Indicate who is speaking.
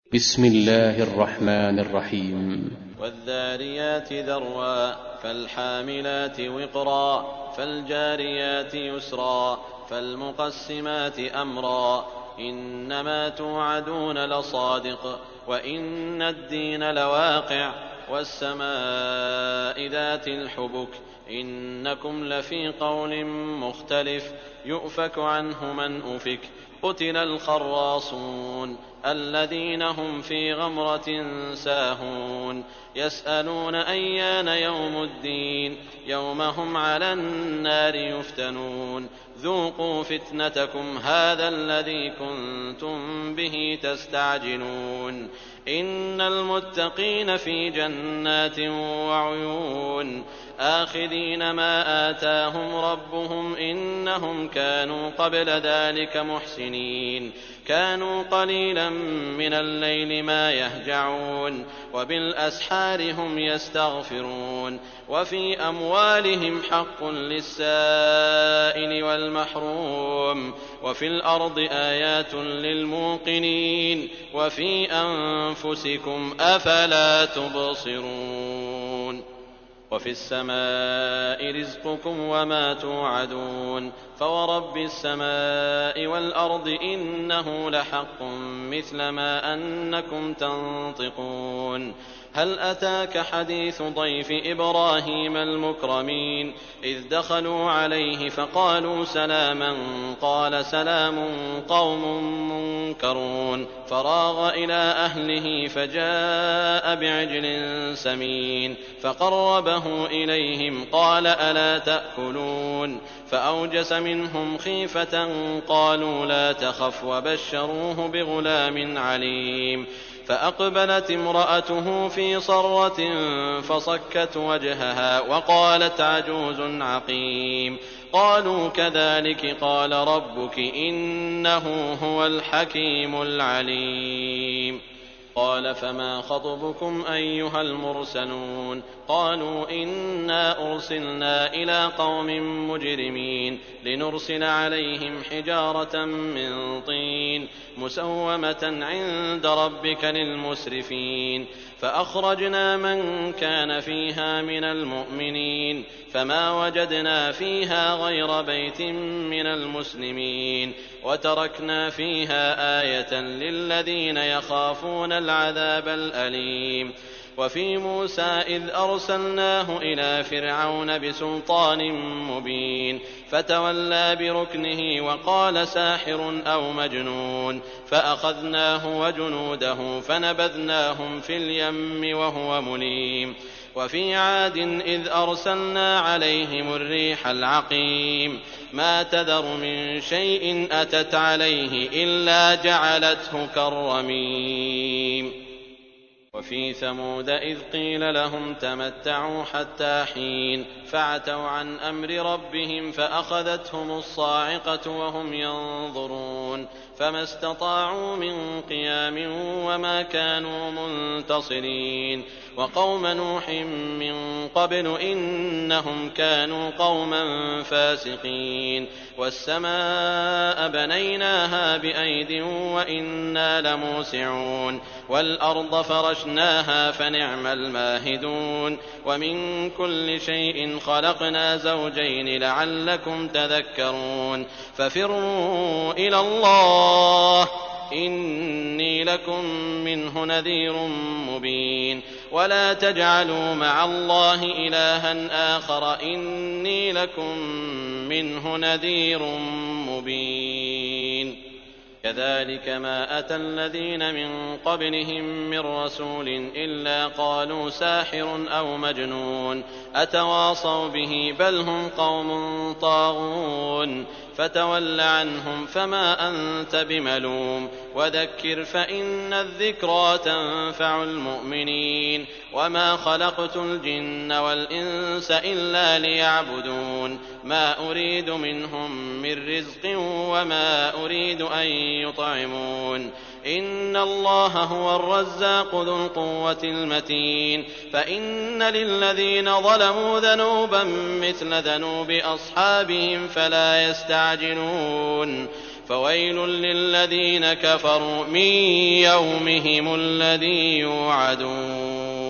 Speaker 1: بسم الله الرحمن الرحيم.
Speaker 2: والذاريات ذروا فالحاملات وقرا فالجاريات يسرا فالمقسمات أمرا إنما توعدون لصادق وإن الدين لواقع والسماء ذات الحبك إنكم لفي قول مختلف يؤفك عنه من أفك قتل الخراصون الذين هم في غمرة ساهون يسألون أيان يوم الدين يوم هم على النار يفتنون ذوقوا فتنتكم هذا الذي كنتم به تستعجلون إن المتقين في جنات وعيون آخذين ما آتاهم ربهم إنهم كانوا قبل ذلك محسنين كانوا قليلا من الليل ما يهجعون وبالأسحار هم يستغفرون وفي أموالهم حق للسائل والمحروم وفي الأرض آيات للموقنين وفي أنفسكم أفلا تبصرون وفي السماء رزقكم وما توعدون فورب السماء والأرض إنه لحق مثل ما أنكم تنطقون هل أتاك حديث ضيف إبراهيم المكرمين إذ دخلوا عليه فقالوا سلاما قال سلام قوم منكرون فراغ إلى أهله فجاء بعجل سمين فقربه إليهم قال ألا تأكلون فأوجس منهم خيفة قالوا لا تخف وبشروه بغلام عليم فأقبلت امرأته في صرة فصكت وجهها وقالت عجوز عقيم قالوا كذلك قال ربك إنه هو الحكيم العليم قال فما خطبكم أيها المرسلون قالوا إنا أرسلنا إلى قوم مجرمين لنرسل عليهم حجارة من طين مسومة عند ربك للمسرفين فأخرجنا من كان فيها من المؤمنين فما وجدنا فيها غير بيت من المسلمين وتركنا فيها آية للذين يخافون العذاب الأليم وفي موسى إذ أرسلناه إلى فرعون بسلطان مبين فتولى بركنه وقال ساحر أو مجنون فأخذناه وجنوده فنبذناهم في اليم وهو مليم وفي عاد إذ أرسلنا عليهم الريح العقيم ما تذر من شيء أتت عليه إلا جعلته كالرميم وفي ثمود إذ قيل لهم تمتعوا حتى حين فعتوا عن أمر ربهم فأخذتهم الصاعقة وهم ينظرون فما استطاعوا من قيام وما كانوا منتصرين وقوم نوح من قبل إنهم كانوا قوما فاسقين والسماء بنيناها بأيد وإنا لموسعون والأرض فرشناها فنعم الماهدون ومن كل شيء خلقنا زوجين لعلكم تذكرون ففروا إلى الله إني لكم منه نذير مبين ولا تجعلوا مع الله إلها آخر إني لكم منه نذير مبين كذلك ما أتى الذين من قبلهم من رسول إلا قالوا ساحر أو مجنون أتواصوا به بل هم قوم طاغون فتول عنهم فما أنت بملوم وذكر فإن الذكرى تنفع المؤمنين وما خلقت الجن والإنس إلا ليعبدون ما أريد منهم من رزق وما أريد أن يطعمون إن الله هو الرزاق ذو القوة المتين فإن للذين ظلموا ذنوبا مثل ذنوب أصحابهم فلا يستعجلون فويل للذين كفروا من يومهم الذي يوعدون.